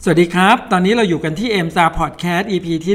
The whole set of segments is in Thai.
สวัสดีครับตอนนี้เราอยู่กันที่ MSA Podcast EP ที่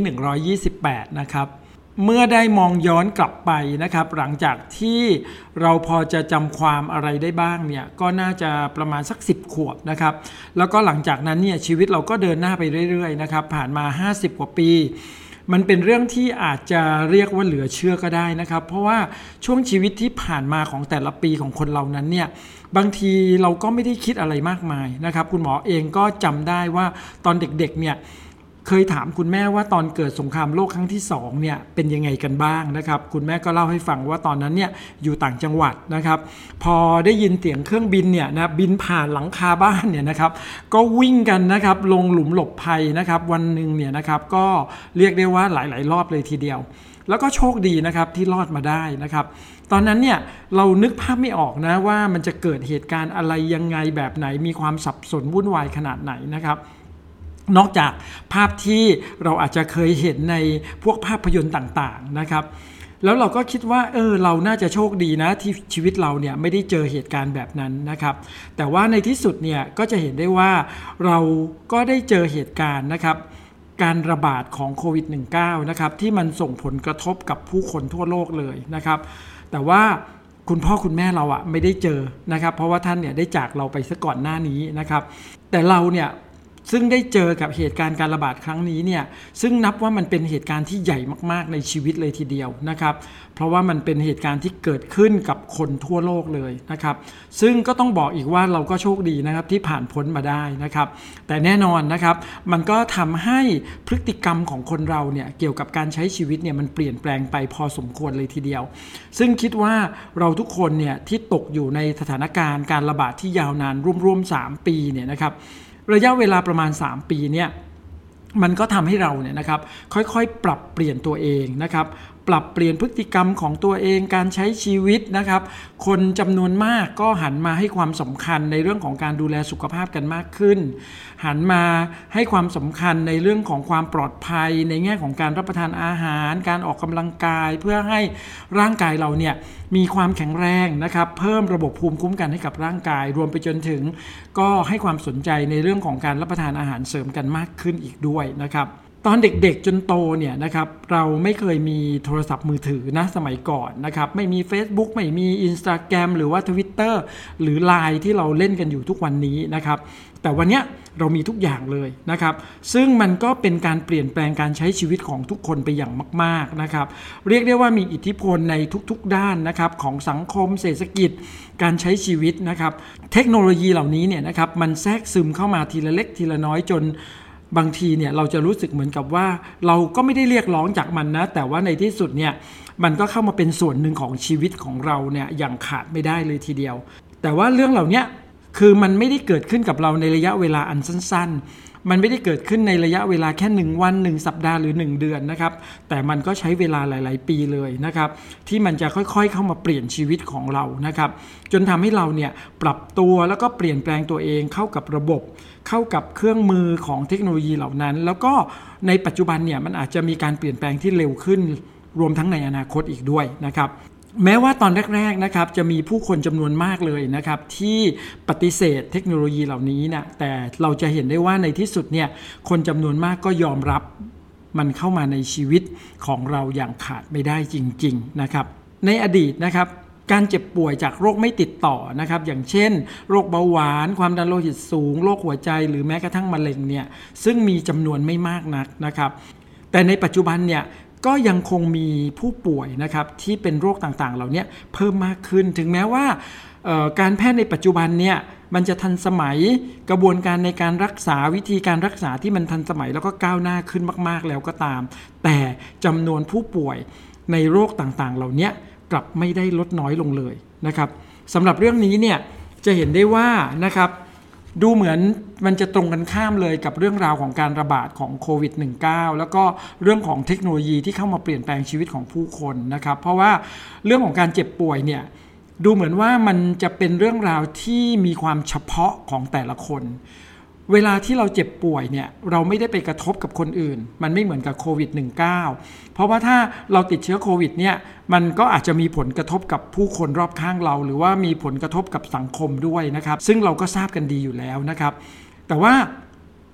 128นะครับเมื่อได้มองย้อนกลับไปนะครับหลังจากที่เราพอจะจำความอะไรได้บ้างเนี่ยก็น่าจะประมาณสัก10ขวบนะครับแล้วก็หลังจากนั้นเนี่ยชีวิตเราก็เดินหน้าไปเรื่อยๆนะครับผ่านมา50กว่าปีมันเป็นเรื่องที่อาจจะเรียกว่าเหลือเชื่อก็ได้นะครับเพราะว่าช่วงชีวิตที่ผ่านมาของแต่ละปีของคนเรานั้นเนี่ยบางทีเราก็ไม่ได้คิดอะไรมากมายนะครับคุณหมอเองก็จำได้ว่าตอนเด็กๆเนี่ยเคยถามคุณแม่ว่าตอนเกิดสงครามโลกครั้งที่2เนี่ยเป็นยังไงกันบ้างนะครับคุณแม่ก็เล่าให้ฟังว่าตอนนั้นเนี่ยอยู่ต่างจังหวัดนะครับพอได้ยินเสียงเครื่องบินเนี่ยนะบินผ่านหลังคาบ้านเนี่ยนะครับก็วิ่งกันนะครับลงหลุมหลบภัยนะครับวันนึงเนี่ยนะครับก็เรียกได้ว่าหลายๆรอบเลยทีเดียวแล้วก็โชคดีนะครับที่รอดมาได้นะครับตอนนั้นเนี่ยเรานึกภาพไม่ออกนะว่ามันจะเกิดเหตุการณ์อะไรยังไงแบบไหนมีความสับสนวุ่นวายขนาดไหนนะครับนอกจากภาพที่เราอาจจะเคยเห็นในพวกภาพยนตร์ต่างๆนะครับแล้วเราก็คิดว่าเราน่าจะโชคดีนะที่ชีวิตเราเนี่ยไม่ได้เจอเหตุการณ์แบบนั้นนะครับแต่ว่าในที่สุดเนี่ยก็จะเห็นได้ว่าเราก็ได้เจอเหตุการณ์นะครับการระบาดของโควิด -19 นะครับที่มันส่งผลกระทบกับผู้คนทั่วโลกเลยนะครับแต่ว่าคุณพ่อคุณแม่เราไม่ได้เจอนะครับเพราะว่าท่านเนี่ยได้จากเราไปซะก่อนหน้านี้นะครับแต่เราเนี่ยซึ่งได้เจอกับเหตุการณ์การระบาดครั้งนี้เนี่ยซึ่งนับว่ามันเป็นเหตุการณ์ที่ใหญ่มากๆในชีวิตเลยทีเดียวนะครับเพราะว่ามันเป็นเหตุการณ์ที่เกิดขึ้นกับคนทั่วโลกเลยนะครับซึ่งก็ต้องบอกอีกว่าเราก็โชคดีนะครับที่ผ่านพ้นมาได้นะครับแต่แน่นอนนะครับมันก็ทำให้พฤติกรรมของคนเราเนี่ยเกี่ยวกับการใช้ชีวิตเนี่ยมันเปลี่ยนแปลงไปพอสมควรเลยทีเดียวซึ่งคิดว่าเราทุกคนเนี่ยที่ตกอยู่ในสถานการณ์การระบาดที่ยาวนานร่วมๆ3ปีเนี่ยนะครับระยะเวลาประมาณ3ปีเนี่ยมันก็ทำให้เราเนี่ยนะครับค่อยๆปรับเปลี่ยนตัวเองนะครับปรับเปลี่ยนพฤติกรรมของตัวเองการใช้ชีวิตนะครับคนจำนวนมากก็หันมาให้ความสำคัญในเรื่องของการดูแลสุขภาพกันมากขึ้นหันมาให้ความสำคัญในเรื่องของความปลอดภัยในแง่ของการรับประทานอาหารการออกกำลังกายเพื่อให้ร่างกายเราเนี่ยมีความแข็งแรงนะครับเพิ่มระบบภูมิคุ้มกันให้กับร่างกายรวมไปจนถึงก็ให้ความสนใจในเรื่องของการรับประทานอาหารเสริมกันมากขึ้นอีกด้วยนะครับตอนเด็กๆจนโตเนี่ยนะครับเราไม่เคยมีโทรศัพท์มือถือนะสมัยก่อนนะครับไม่มี Facebook ไม่มี Instagram หรือว่า Twitter หรือ LINE ที่เราเล่นกันอยู่ทุกวันนี้นะครับแต่วันนี้เรามีทุกอย่างเลยนะครับซึ่งมันก็เป็นการเปลี่ยนแปลงการใช้ชีวิตของทุกคนไปอย่างมากๆนะครับเรียกได้ว่ามีอิทธิพลในทุกๆด้านนะครับของสังคมเศรษฐกิจการใช้ชีวิตนะครับเทคโนโลยีเหล่านี้เนี่ยนะครับมันแทรกซึมเข้ามาทีละเล็กทีละน้อยจนบางทีเนี่ยเราจะรู้สึกเหมือนกับว่าเราก็ไม่ได้เรียกร้องจากมันนะแต่ว่าในที่สุดเนี่ยมันก็เข้ามาเป็นส่วนหนึ่งของชีวิตของเราเนี่ยอย่างขาดไม่ได้เลยทีเดียวแต่ว่าเรื่องเหล่านี้คือมันไม่ได้เกิดขึ้นกับเราในระยะเวลาอันสั้นๆมันไม่ได้เกิดขึ้นในระยะเวลาแค่1วัน1สัปดาห์หรือ1เดือนนะครับแต่มันก็ใช้เวลาหลายๆปีเลยนะครับที่มันจะค่อยๆเข้ามาเปลี่ยนชีวิตของเรานะครับจนทำให้เราเนี่ยปรับตัวแล้วก็เปลี่ยนแปลงตัวเองเข้ากับระบบเข้ากับเครื่องมือของเทคโนโลยีเหล่านั้นแล้วก็ในปัจจุบันเนี่ยมันอาจจะมีการเปลี่ยนแปลงที่เร็วขึ้นรวมทั้งในอนาคตอีกด้วยนะครับแม้ว่าตอนแรกๆนะครับจะมีผู้คนจำนวนมากเลยนะครับที่ปฏิเสธเทคโนโลยีเหล่านี้นะแต่เราจะเห็นได้ว่าในที่สุดเนี่ยคนจำนวนมากก็ยอมรับมันเข้ามาในชีวิตของเราอย่างขาดไม่ได้จริงๆนะครับในอดีตนะครับการเจ็บป่วยจากโรคไม่ติดต่อนะครับอย่างเช่นโรคเบาหวานความดันโลหิตสูงโรคหัวใจหรือแม้กระทั่งมะเร็งเนี่ยซึ่งมีจำนวนไม่มากนักนะครับแต่ในปัจจุบันเนี่ยก็ยังคงมีผู้ป่วยนะครับที่เป็นโรคต่างๆเหล่านี้เพิ่มมากขึ้นถึงแม้ว่าการแพทย์ในปัจจุบันเนี่ยมันจะทันสมัยกระบวนการในการรักษาวิธีการรักษาที่มันทันสมัยแล้วก็ก้าวหน้าขึ้นมากๆแล้วก็ตามแต่จำนวนผู้ป่วยในโรคต่างๆเหล่านี้กลับไม่ได้ลดน้อยลงเลยนะครับสำหรับเรื่องนี้เนี่ยจะเห็นได้ว่านะครับดูเหมือนมันจะตรงกันข้ามเลยกับเรื่องราวของการระบาดของโควิด -19 แล้วก็เรื่องของเทคโนโลยีที่เข้ามาเปลี่ยนแปลงชีวิตของผู้คนนะครับเพราะว่าเรื่องของการเจ็บป่วยเนี่ยดูเหมือนว่ามันจะเป็นเรื่องราวที่มีความเฉพาะของแต่ละคนเวลาที่เราเจ็บป่วยเนี่ยเราไม่ได้ไปกระทบกับคนอื่นมันไม่เหมือนกับโควิด -19 เพราะว่าถ้าเราติดเชื้อโควิดเนี่ยมันก็อาจจะมีผลกระทบกับผู้คนรอบข้างเราหรือว่ามีผลกระทบกับสังคมด้วยนะครับซึ่งเราก็ทราบกันดีอยู่แล้วนะครับแต่ว่า ถ้า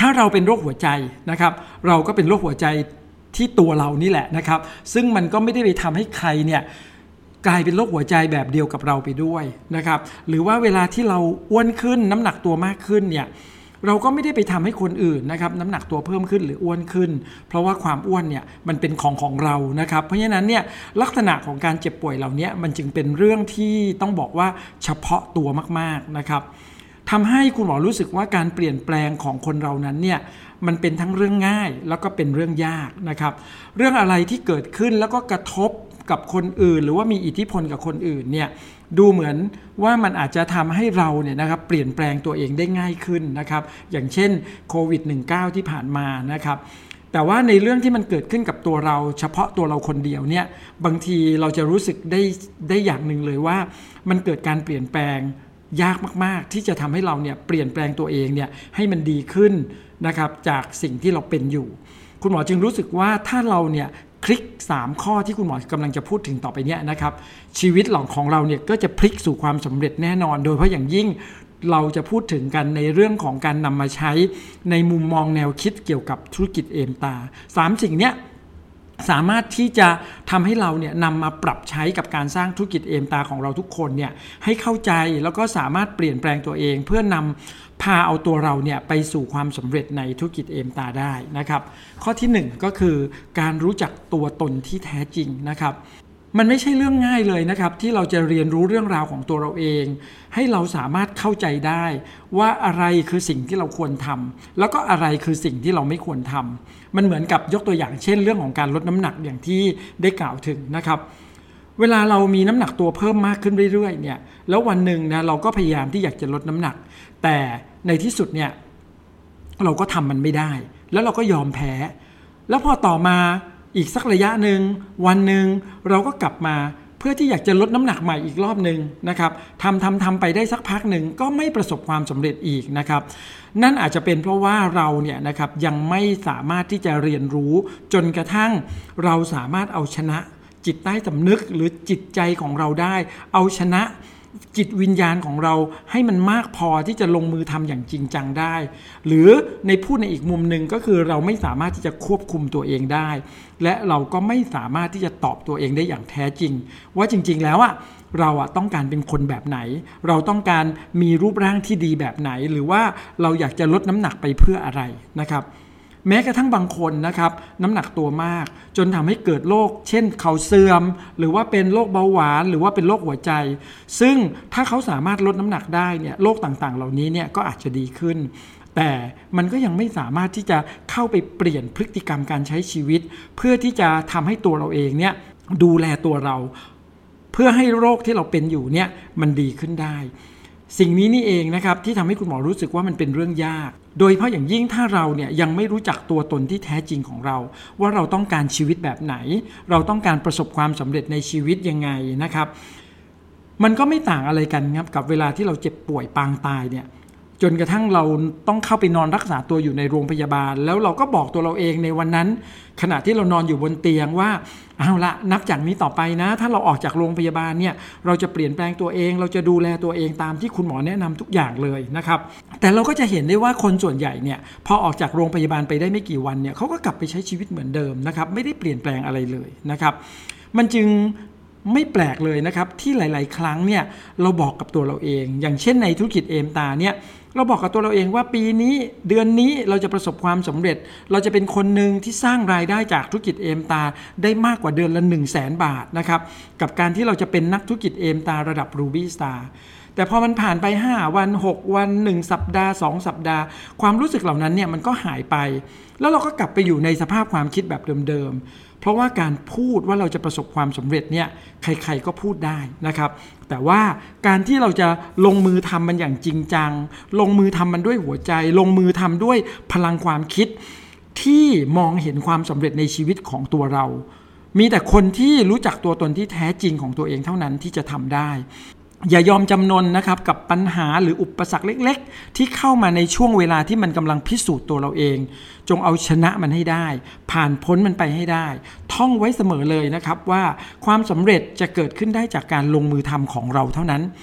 ถ้าเราเป็นโรคหัวใจนะครับเราก็เป็นโรคหัวใจที่ตัวเรานี่แหละนะครับซึ่งมันก็ไม่ได้ไปทำให้ใครเนี่ยกลายเป็นโรคหัวใจแบบเดียวกับเราไปด้วยนะครับหรือว่าเวลาที่เราอ้วนขึ้นน้ำหนักตัวมากขึ้นเนี่ยเราก็ไม่ได้ไปทำให้คนอื่นนะครับน้ำหนักตัวเพิ่มขึ้นหรืออ้วนขึ้นเพราะว่าความอ้วนเนี่ยมันเป็นของเรานะครับเพราะฉะนั้นเนี่ยลักษณะของการเจ็บป่วยเหล่านี้มันจึงเป็นเรื่องที่ต้องบอกว่าเฉพาะตัวมากๆนะครับทำให้คุณหมอรู้สึกว่าการเปลี่ยนแปลงของคนเรานั้นเนี่ยมันเป็นทั้งเรื่องง่ายแล้วก็เป็นเรื่องยากนะครับเรื่องอะไรที่เกิดขึ้นแล้วก็กระทบกับคนอื่นหรือว่ามีอิทธิพลกับคนอื่นเนี่ยดูเหมือนว่ามันอาจจะทำให้เราเนี่ยนะครับเปลี่ยนแปลงตัวเองได้ง่ายขึ้นนะครับอย่างเช่นโควิด -19 ที่ผ่านมานะครับแต่ว่าในเรื่องที่มันเกิดขึ้นกับตัวเราเฉพาะตัวเราคนเดียวเนี่ยบางทีเราจะรู้สึกได้อย่างหนึ่งเลยว่ามันเกิดการเปลี่ยนแปลงยากมากๆที่จะทำให้เราเนี่ยเปลี่ยนแปลงตัวเองเนี่ยให้มันดีขึ้นนะครับจากสิ่งที่เราเป็นอยู่คุณหมอจึงรู้สึกว่าถ้าเราเนี่ยคลิก3ข้อที่คุณหมอกำลังจะพูดถึงต่อไปเนี้ยนะครับชีวิตของเราเนี่ยก็จะพลิกสู่ความสำเร็จแน่นอนโดยเฉพาะอย่างยิ่งเราจะพูดถึงกันในเรื่องของการนำมาใช้ในมุมมองแนวคิดเกี่ยวกับธุรกิจเอมตา3สิ่งเนี้ยสามารถที่จะทำให้เราเนี่ยนำมาปรับใช้กับการสร้างธุรกิจเอมตาของเราทุกคนเนี่ยให้เข้าใจแล้วก็สามารถเปลี่ยนแปลงตัวเองเพื่อนำพาเอาตัวเราเนี่ยไปสู่ความสำเร็จในธุรกิจเอมตาได้นะครับข้อที่1ก็คือการรู้จักตัวตนที่แท้จริงนะครับมันไม่ใช่เรื่องง่ายเลยนะครับที่เราจะเรียนรู้เรื่องราวของตัวเราเองให้เราสามารถเข้าใจได้ว่าอะไรคือสิ่งที่เราควรทำแล้วก็อะไรคือสิ่งที่เราไม่ควรทำมันเหมือนกับยกตัวอย่างเช่นเรื่องของการลดน้ำหนักอย่างที่ได้กล่าวถึงนะครับเวลาเรามีน้ำหนักตัวเพิ่มมากขึ้นเรื่อยๆเนี่ยแล้ววันหนึ่งนะเราก็พยายามที่อยากจะลดน้ำหนักแต่ในที่สุดเนี่ยเราก็ทำมันไม่ได้แล้วเราก็ยอมแพ้แล้วพอต่อมาอีกสักระยะหนึ่งวันหนึ่งเราก็กลับมาเพื่อที่อยากจะลดน้ำหนักใหม่อีกรอบหนึ่งนะครับทำไปได้สักพักหนึ่งก็ไม่ประสบความสำเร็จอีกนะครับนั่นอาจจะเป็นเพราะว่าเราเนี่ยนะครับยังไม่สามารถที่จะเรียนรู้จนกระทั่งเราสามารถเอาชนะจิตใต้สำนึกหรือจิตใจของเราได้เอาชนะจิตวิญญาณของเราให้มันมากพอที่จะลงมือทำอย่างจริงจังได้หรือในพูดในอีกมุมหนึ่งก็คือเราไม่สามารถที่จะควบคุมตัวเองได้และเราก็ไม่สามารถที่จะตอบตัวเองได้อย่างแท้จริงว่าจริงๆแล้วเราต้องการเป็นคนแบบไหนเราต้องการมีรูปร่างที่ดีแบบไหนหรือว่าเราอยากจะลดน้ำหนักไปเพื่ออะไรนะครับแม้กระทั่งบางคนนะครับน้ำหนักตัวมากจนทำให้เกิดโรคเช่นเข่าเสื่อมหรือว่าเป็นโรคเบาหวานหรือว่าเป็นโรคหัวใจซึ่งถ้าเขาสามารถลดน้ำหนักได้เนี่ยโรคต่างๆเหล่านี้เนี่ยก็อาจจะดีขึ้นแต่มันก็ยังไม่สามารถที่จะเข้าไปเปลี่ยนพฤติกรรมการใช้ชีวิตเพื่อที่จะทำให้ตัวเราเองเนี่ยดูแลตัวเราเพื่อให้โรคที่เราเป็นอยู่เนี่ยมันดีขึ้นได้สิ่งนี้นี่เองนะครับที่ทำให้คุณหมอรู้สึกว่ามันเป็นเรื่องยากโดยเฉพาะอย่างยิ่งถ้าเราเนี่ยยังไม่รู้จักตัวตนที่แท้จริงของเราว่าเราต้องการชีวิตแบบไหนเราต้องการประสบความสำเร็จในชีวิตยังไงนะครับมันก็ไม่ต่างอะไรกันครับกับเวลาที่เราเจ็บป่วยปางตายเนี่ยจนกระทั่งเราต้องเข้าไปนอนรักษาตัวอยู่ในโรงพยาบาลแล้วเราก็บอกตัวเราเองในวันนั้นขณะที่เรานอนอยู่บนเตียงว่าเอาละนับจากนี้ต่อไปนะถ้าเราออกจากโรงพยาบาลเนี่ยเราจะเปลี่ยนแปลงตัวเองเราจะดูแลตัวเองตามที่คุณหมอแนะนำทุกอย่างเลยนะครับแต่เราก็จะเห็นได้ว่าคนส่วนใหญ่เนี่ยพอออกจากโรงพยาบาลไปได้ไม่กี่วันเนี่ยเขาก็กลับไปใช้ชีวิตเหมือนเดิมนะครับไม่ได้เปลี่ยนแปลงอะไรเลยนะครับมันจึงไม่แปลกเลยนะครับที่หลายๆครั้งเนี่ยเราบอกกับตัวเราเองอย่างเช่นในธุรกิจเอมตาเนี่ยเราบอกกับตัวเราเองว่าปีนี้เดือนนี้เราจะประสบความสำเร็จเราจะเป็นคนหนึ่งที่สร้างรายได้จากธุรกิจเอมตาได้มากกว่าเดือนละ 100,000 บาทนะครับกับการที่เราจะเป็นนักธุรกิจเอมตาระดับ Ruby Star แต่พอมันผ่านไป5วัน6วัน1สัปดาห์2สัปดาห์ความรู้สึกเหล่านั้นเนี่ยมันก็หายไปแล้วเราก็กลับไปอยู่ในสภาพความคิดแบบเดิมๆเพราะว่าการพูดว่าเราจะประสบความสำเร็จเนี่ยใครๆก็พูดได้นะครับแต่ว่าการที่เราจะลงมือทำมันอย่างจริงจังลงมือทำมันด้วยหัวใจลงมือทำด้วยพลังความคิดที่มองเห็นความสำเร็จในชีวิตของตัวเรามีแต่คนที่รู้จักตัวตนที่แท้จริงของตัวเองเท่านั้นที่จะทำได้อย่ายอมจำนนนะครับกับปัญหาหรืออุปสรรคเล็กๆที่เข้ามาในช่วงเวลาที่มันกำลังพิสูจน์ตัวเราเองจงเอาชนะมันให้ได้ผ่านพ้นมันไปให้ได้ท่องไว้เสมอเลยนะครับว่าความสำเร็จจะเกิดขึ้นได้จากการลงมือทำของเราเท่านั้นท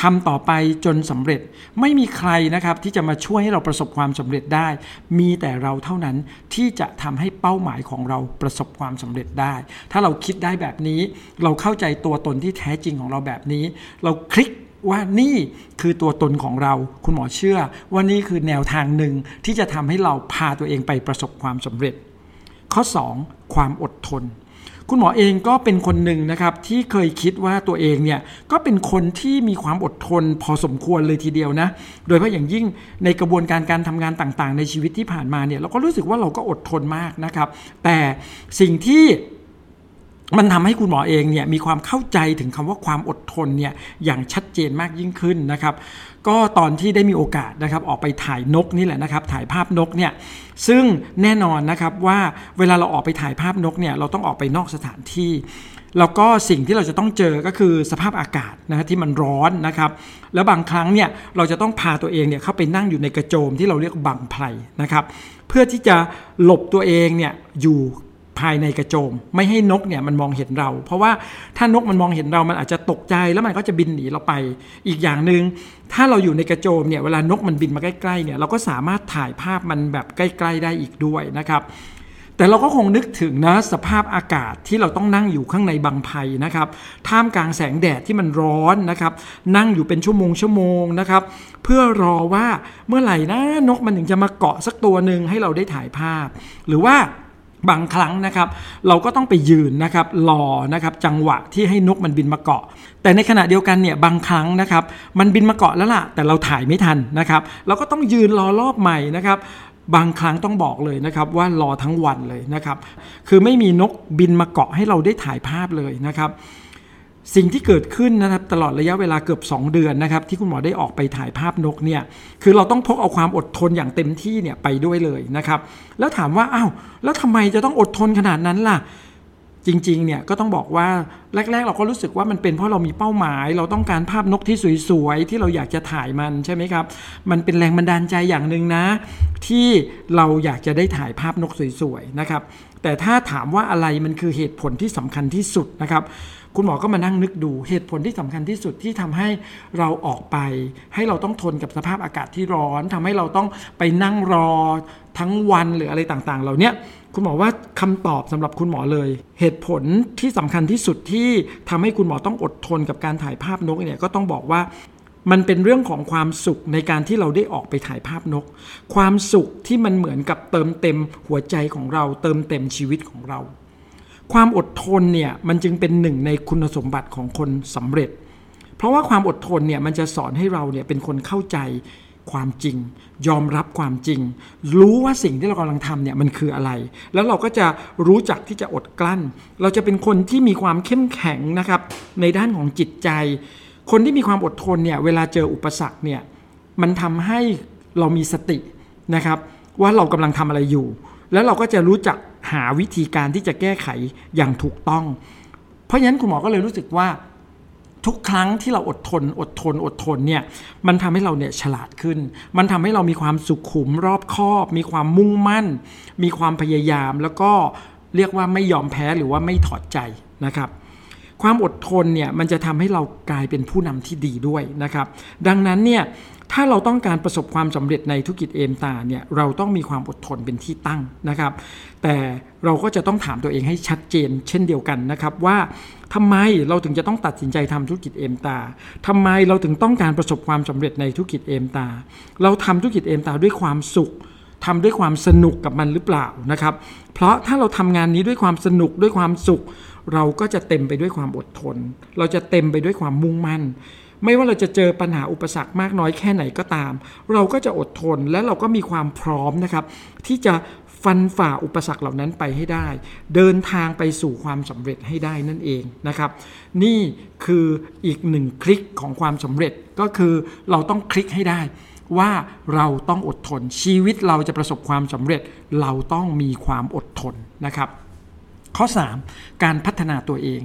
ทำต่อไปจนสำเร็จไม่มีใครนะครับที่จะมาช่วยให้เราประสบความสำเร็จได้มีแต่เราเท่านั้นที่จะทำให้เป้าหมายของเราประสบความสำเร็จได้ถ้าเราคิดได้แบบนี้เราเข้าใจตัวตนที่แท้จริงของเราแบบนี้เราคลิกว่านี่คือตัวตนของเราคุณหมอเชื่อว่านี่คือแนวทางหนึ่งที่จะทำให้เราพาตัวเองไปประสบความสำเร็จข้อ2ความอดทนคุณหมอเองก็เป็นคนหนึ่งนะครับที่เคยคิดว่าตัวเองเนี่ยก็เป็นคนที่มีความอดทนพอสมควรเลยทีเดียวนะโดยเฉพาะอย่างยิ่งในกระบวนการทำงานต่างๆในชีวิตที่ผ่านมาเนี่ยเราก็รู้สึกว่าเราก็อดทนมากนะครับแต่สิ่งที่มันทำให้คุณหมอเองเนี่ยมีความเข้าใจถึงคำว่าความอดทนเนี่ยอย่างชัดเจนมากยิ่งขึ้นนะครับก็ตอนที่ได้มีโอกาสนะครับออกไปถ่ายนกนี่แหละนะครับถ่ายภาพนกเนี่ยซึ่งแน่นอนนะครับว่าเวลาเราออกไปถ่ายภาพนกเนี่ยเราต้องออกไปนอกสถานที่แล้วก็สิ่งที่เราจะต้องเจอก็คือสภาพอากาศนะที่มันร้อนนะครับแล้วบางครั้งเนี่ยเราจะต้องพาตัวเองเนี่ยเข้าไปนั่งอยู่ในกระโจมที่เราเรียกบังไพรนะครับเพื่อที่จะหลบตัวเองเนี่ยอยู่ภายในกระโจมไม่ให้นกเนี่ยมันมองเห็นเราเพราะว่าถ้านกมันมองเห็นเรามันอาจจะตกใจแล้วมันก็จะบินหนีเราไปอีกอย่างนึงถ้าเราอยู่ในกระโจมเนี่ยเวลานกมันบินมาใกล้ๆเนี่ยเราก็สามารถถ่ายภาพมันแบบใกล้ๆได้อีกด้วยนะครับแต่เราก็คงนึกถึงนะสภาพอากาศที่เราต้องนั่งอยู่ข้างในบังไพรนะครับท่ามกลางแสงแดดที่มันร้อนนะครับนั่งอยู่เป็นชั่วโมงนะครับเพื่อรอว่าเมื่อไหร่นะนกมันถึงจะมาเกาะสักตัวนึงให้เราได้ถ่ายภาพหรือว่าบางครั้งนะครับเราก็ต้องไปยืนนะครับรอนะครับจังหวะที่ให้นกมันบินมาเกาะแต่ในขณะเดียวกันเนี่ยบางครั้งนะครับมันบินมาเกาะแล้วล่ะแต่เราถ่ายไม่ทันนะครับเราก็ต้องยืนรอรอบใหม่นะครับบางครั้งต้องบอกเลยนะครับว่ารอทั้งวันเลยนะครับคือไม่มีนกบินมาเกาะให้เราได้ถ่ายภาพเลยนะครับสิ่งที่เกิดขึ้นนะครับตลอดระยะเวลาเกือบ2 เดือนนะครับที่คุณหมอได้ออกไปถ่ายภาพนกเนี่ยคือเราต้องพกเอาความอดทนอย่างเต็มที่เนี่ยไปด้วยเลยนะครับแล้วถามว่าอ้าวแล้วทำไมจะต้องอดทนขนาดนั้นล่ะจริงๆเนี่ยก็ต้องบอกว่าแรกๆเราก็รู้สึกว่ามันเป็นเพราะเรามีเป้าหมายเราต้องการภาพนกที่สวยๆที่เราอยากจะถ่ายมันใช่ไหมครับมันเป็นแรงบันดาลใจอย่างนึงนะที่เราอยากจะได้ถ่ายภาพนกสวยๆนะครับแต่ถ้าถามว่าอะไรมันคือเหตุผลที่สำคัญที่สุดนะครับคุณหมอก็มานั่งนึกดูเหตุผลที่สำคัญที่สุดที่ทำให้เราออกไปให้เราต้องทนกับสภาพอากาศที่ร้อนทำให้เราต้องไปนั่งรอทั้งวันหรืออะไรต่างๆเหล่านี้คุณหมอว่าคำตอบสำหรับคุณหมอเลยเหตุผลที่สำคัญที่สุดที่ทำให้คุณหมอต้องอดทนกับการถ่ายภาพนกเนี่ยก็ต้องบอกว่ามันเป็นเรื่องของความสุขในการที่เราได้ออกไปถ่ายภาพนกความสุขที่มันเหมือนกับเติมเต็มหัวใจของเราเติมเต็มชีวิตของเราความอดทนเนี่ยมันจึงเป็นหนึ่งในคุณสมบัติของคนสำเร็จเพราะว่าความอดทนเนี่ยมันจะสอนให้เราเนี่ยเป็นคนเข้าใจความจริงยอมรับความจริงรู้ว่าสิ่งที่เรากำลังทำเนี่ยมันคืออะไรแล้วเราก็จะรู้จักที่จะอดกลั้นเราจะเป็นคนที่มีความเข้มแข็งนะครับในด้านของจิตใจคนที่มีความอดทนเนี่ยเวลาเจออุปสรรคเนี่ยมันทำให้เรามีสตินะครับว่าเรากำลังทำอะไรอยู่แล้วเราก็จะรู้จักหาวิธีการที่จะแก้ไขอย่างถูกต้องเพราะฉะนั้นคุณหมอก็เลยรู้สึกว่าทุกครั้งที่เราอดทนเนี่ยมันทำให้เราเนี่ยฉลาดขึ้นมันทำให้เรามีความสุขุมรอบคอบมีความมุ่งมั่นมีความพยายามแล้วก็เรียกว่าไม่ยอมแพ้หรือว่าไม่ถอดใจนะครับความอดทนเนี่ยมันจะทำให้เรากลายเป็นผู้นำที่ดีด้วยนะครับดังนั้นเนี่ยถ้าเราต้องการประสบความสำเร็จในธุรกิจเอมตาเนี่ยเราต้องมีความอดทนเป็นที่ตั้งนะครับแต่เราก็จะต้องถามตัวเองให้ชัดเจนเช่นเดียวกันนะครับว่าทำไมเราถึงจะต้องตัดสินใจทำธุรกิจเอมตาทำไมเราถึงต้องการประสบความสำเร็จในธุรกิจเอมตาเราทำธุรกิจเอมตาด้วยความสุขทำด้วยความสนุกกับมันหรือเปล่านะครับเพราะถ้าเราทำงานนี้ด้วยความสนุกด้วยความสุขเราก็จะเต็มไปด้วยความอดทนเราจะเต็มไปด้วยความมุ่งมั่นไม่ว่าเราจะเจอปัญหาอุปสรรคมากน้อยแค่ไหนก็ตามเราก็จะอดทนและเราก็มีความพร้อมนะครับที่จะฟันฝ่าอุปสรรคเหล่านั้นไปให้ได้เดินทางไปสู่ความสำเร็จให้ได้นั่นเองนะครับนี่คืออีกหนึ่งคลิกของความสำเร็จก็คือเราต้องคลิกให้ได้ว่าเราต้องอดทนชีวิตเราจะประสบความสำเร็จเราต้องมีความอดทนนะครับข้อ3การพัฒนาตัวเอง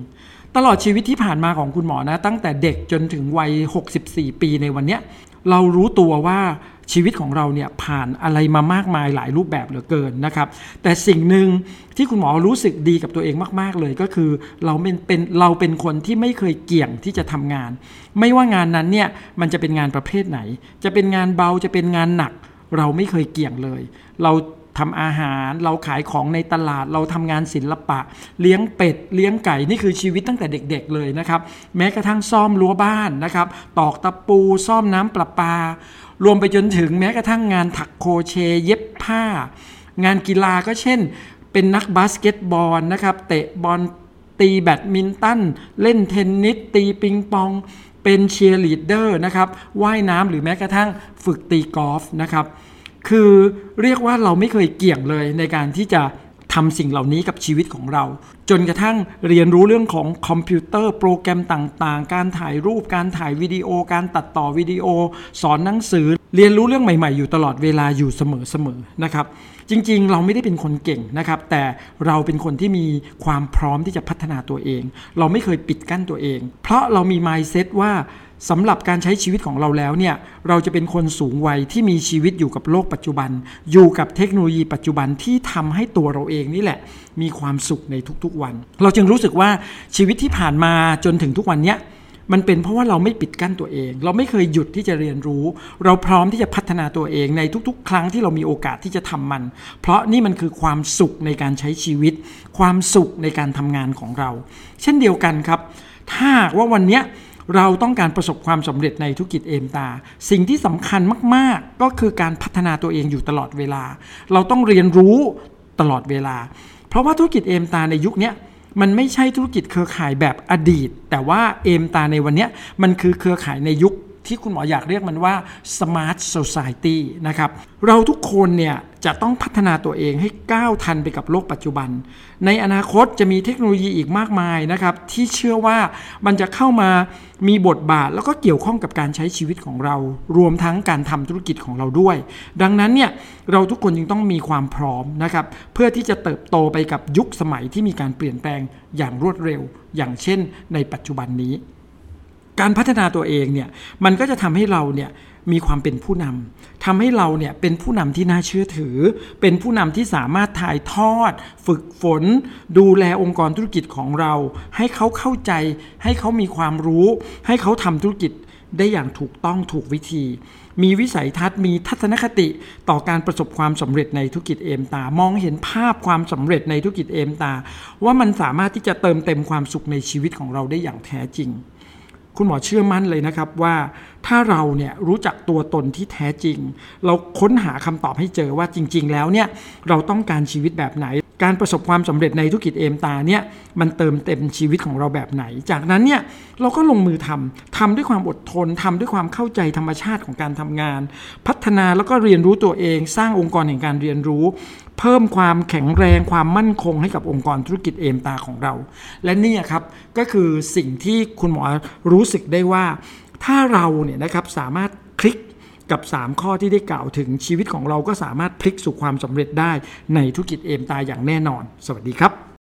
ตลอดชีวิตที่ผ่านมาของคุณหมอนะตั้งแต่เด็กจนถึงวัย64ปีในวันเนี้ยเรารู้ตัวว่าชีวิตของเราเนี่ยผ่านอะไรมามากมายหลายรูปแบบเหลือเกินนะครับแต่สิ่งหนึ่งที่คุณหมอรู้สึกดีกับตัวเองมากๆเลยก็คือเราเป็นคนที่ไม่เคยเกี่ยงที่จะทำงานไม่ว่างานนั้นเนี่ยมันจะเป็นงานประเภทไหนจะเป็นงานเบาจะเป็นงานหนักเราไม่เคยเกี่ยงเลยเราทำอาหารเราขายของในตลาดเราทำงานศิลปะเลี้ยงเป็ดเลี้ยงไก่นี่คือชีวิตตั้งแต่เด็กๆเลยนะครับแม้กระทั่งซ่อมรั้วบ้านนะครับตอกตะปูซ่อมน้ำประปารวมไปจนถึงแม้กระทั่งงานถักโครเชต์เย็บผ้างานกีฬาก็เช่นเป็นนักบาสเกตบอลนะครับเตะบอลตีแบดมินตันเล่นเทนนิสตีปิงปองเป็นเชียร์ลีดเดอร์นะครับว่ายน้ำหรือแม้กระทั่งฝึกตีกอล์ฟนะครับคือเรียกว่าเราไม่เคยเกี่ยงเลยในการที่จะทำสิ่งเหล่านี้กับชีวิตของเราจนกระทั่งเรียนรู้เรื่องของคอมพิวเตอร์โปรแกรมต่างๆการถ่ายรูปการถ่ายวิดีโอการตัดต่อวิดีโอสอนหนังสือเรียนรู้เรื่องใหม่ๆอยู่ตลอดเวลาอยู่เสมอๆนะครับจริงๆเราไม่ได้เป็นคนเก่งนะครับแต่เราเป็นคนที่มีความพร้อมที่จะพัฒนาตัวเองเราไม่เคยปิดกั้นตัวเองเพราะเรามี mindset ว่าสำหรับการใช้ชีวิตของเราแล้วเนี่ยเราจะเป็นคนสูงวัยที่มีชีวิตอยู่กับโลกปัจจุบันอยู่กับเทคโนโลยีปัจจุบันที่ทำให้ตัวเราเองนี่แหละมีความสุขในทุกๆวันเราจึงรู้สึกว่าชีวิตที่ผ่านมาจนถึงทุกวันเนี้ยมันเป็นเพราะว่าเราไม่ปิดกั้นตัวเองเราไม่เคยหยุดที่จะเรียนรู้เราพร้อมที่จะพัฒนาตัวเองในทุกๆครั้งที่เรามีโอกาสที่จะทำมันเพราะนี่มันคือความสุขในการใช้ชีวิตความสุขในการทำงานของเราเช่นเดียวกันครับถ้าว่าวันเนี้ยเราต้องการประสบความสำเร็จในธุรกิจเอมตาสิ่งที่สำคัญมากๆก็คือการพัฒนาตัวเองอยู่ตลอดเวลาเราต้องเรียนรู้ตลอดเวลาเพราะว่าธุรกิจเอมตาในยุคนี้มันไม่ใช่ธุรกิจเครือข่ายแบบอดีตแต่ว่าเอมตาในวันนี้มันคือเครือข่ายในยุคที่คุณหมออยากเรียกมันว่า Smart Society นะครับเราทุกคนเนี่ยจะต้องพัฒนาตัวเองให้ก้าวทันไปกับโลกปัจจุบันในอนาคตจะมีเทคโนโลยีอีกมากมายนะครับที่เชื่อว่ามันจะเข้ามามีบทบาทแล้วก็เกี่ยวข้องกับการใช้ชีวิตของเรารวมทั้งการทำธุรกิจของเราด้วยดังนั้นเนี่ยเราทุกคนจึงต้องมีความพร้อมนะครับเพื่อที่จะเติบโตไปกับยุคสมัยที่มีการเปลี่ยนแปลงอย่างรวดเร็วอย่างเช่นในปัจจุบันนี้การพัฒนาตัวเองเนี่ยมันก็จะทำให้เราเนี่ยมีความเป็นผู้นำทำให้เราเนี่ยเป็นผู้นำที่น่าเชื่อถือเป็นผู้นำที่สามารถถ่ายทอดฝึกฝนดูแลองค์กรธุรกิจของเราให้เขาเข้าใจให้เขามีความรู้ให้เขาทำธุรกิจได้อย่างถูกต้องถูกวิธีมีวิสัยทัศน์มีทัศนคติต่อการประสบความสำเร็จในธุรกิจเอมตามองเห็นภาพความสำเร็จในธุรกิจเอมตาว่ามันสามารถที่จะเติมเต็มความสุขในชีวิตของเราได้อย่างแท้จริงคุณหมอเชื่อมั่นเลยนะครับว่าถ้าเราเนี่ยรู้จักตัวตนที่แท้จริงเราค้นหาคำตอบให้เจอว่าจริงๆแล้วเนี่ยเราต้องการชีวิตแบบไหนการประสบความสำเร็จในธุรกิจเอมตาเนี่ยมันเติมเต็มชีวิตของเราแบบไหนจากนั้นเนี่ยเราก็ลงมือทำด้วยความอดทนทำด้วยความเข้าใจธรรมชาติของการทำงานพัฒนาแล้วก็เรียนรู้ตัวเองสร้างองค์กรแห่งการเรียนรู้เพิ่มความแข็งแรงความมั่นคงให้กับองค์กรธุรกิจเอมตาของเราและนี่ครับก็คือสิ่งที่คุณหมอรู้สึกได้ว่าถ้าเราเนี่ยนะครับสามารถคลิกกับ3ข้อที่ได้กล่าวถึงชีวิตของเราก็สามารถพลิกสู่ความสำเร็จได้ในธุรกิจเอมตาอย่างแน่นอนสวัสดีครับ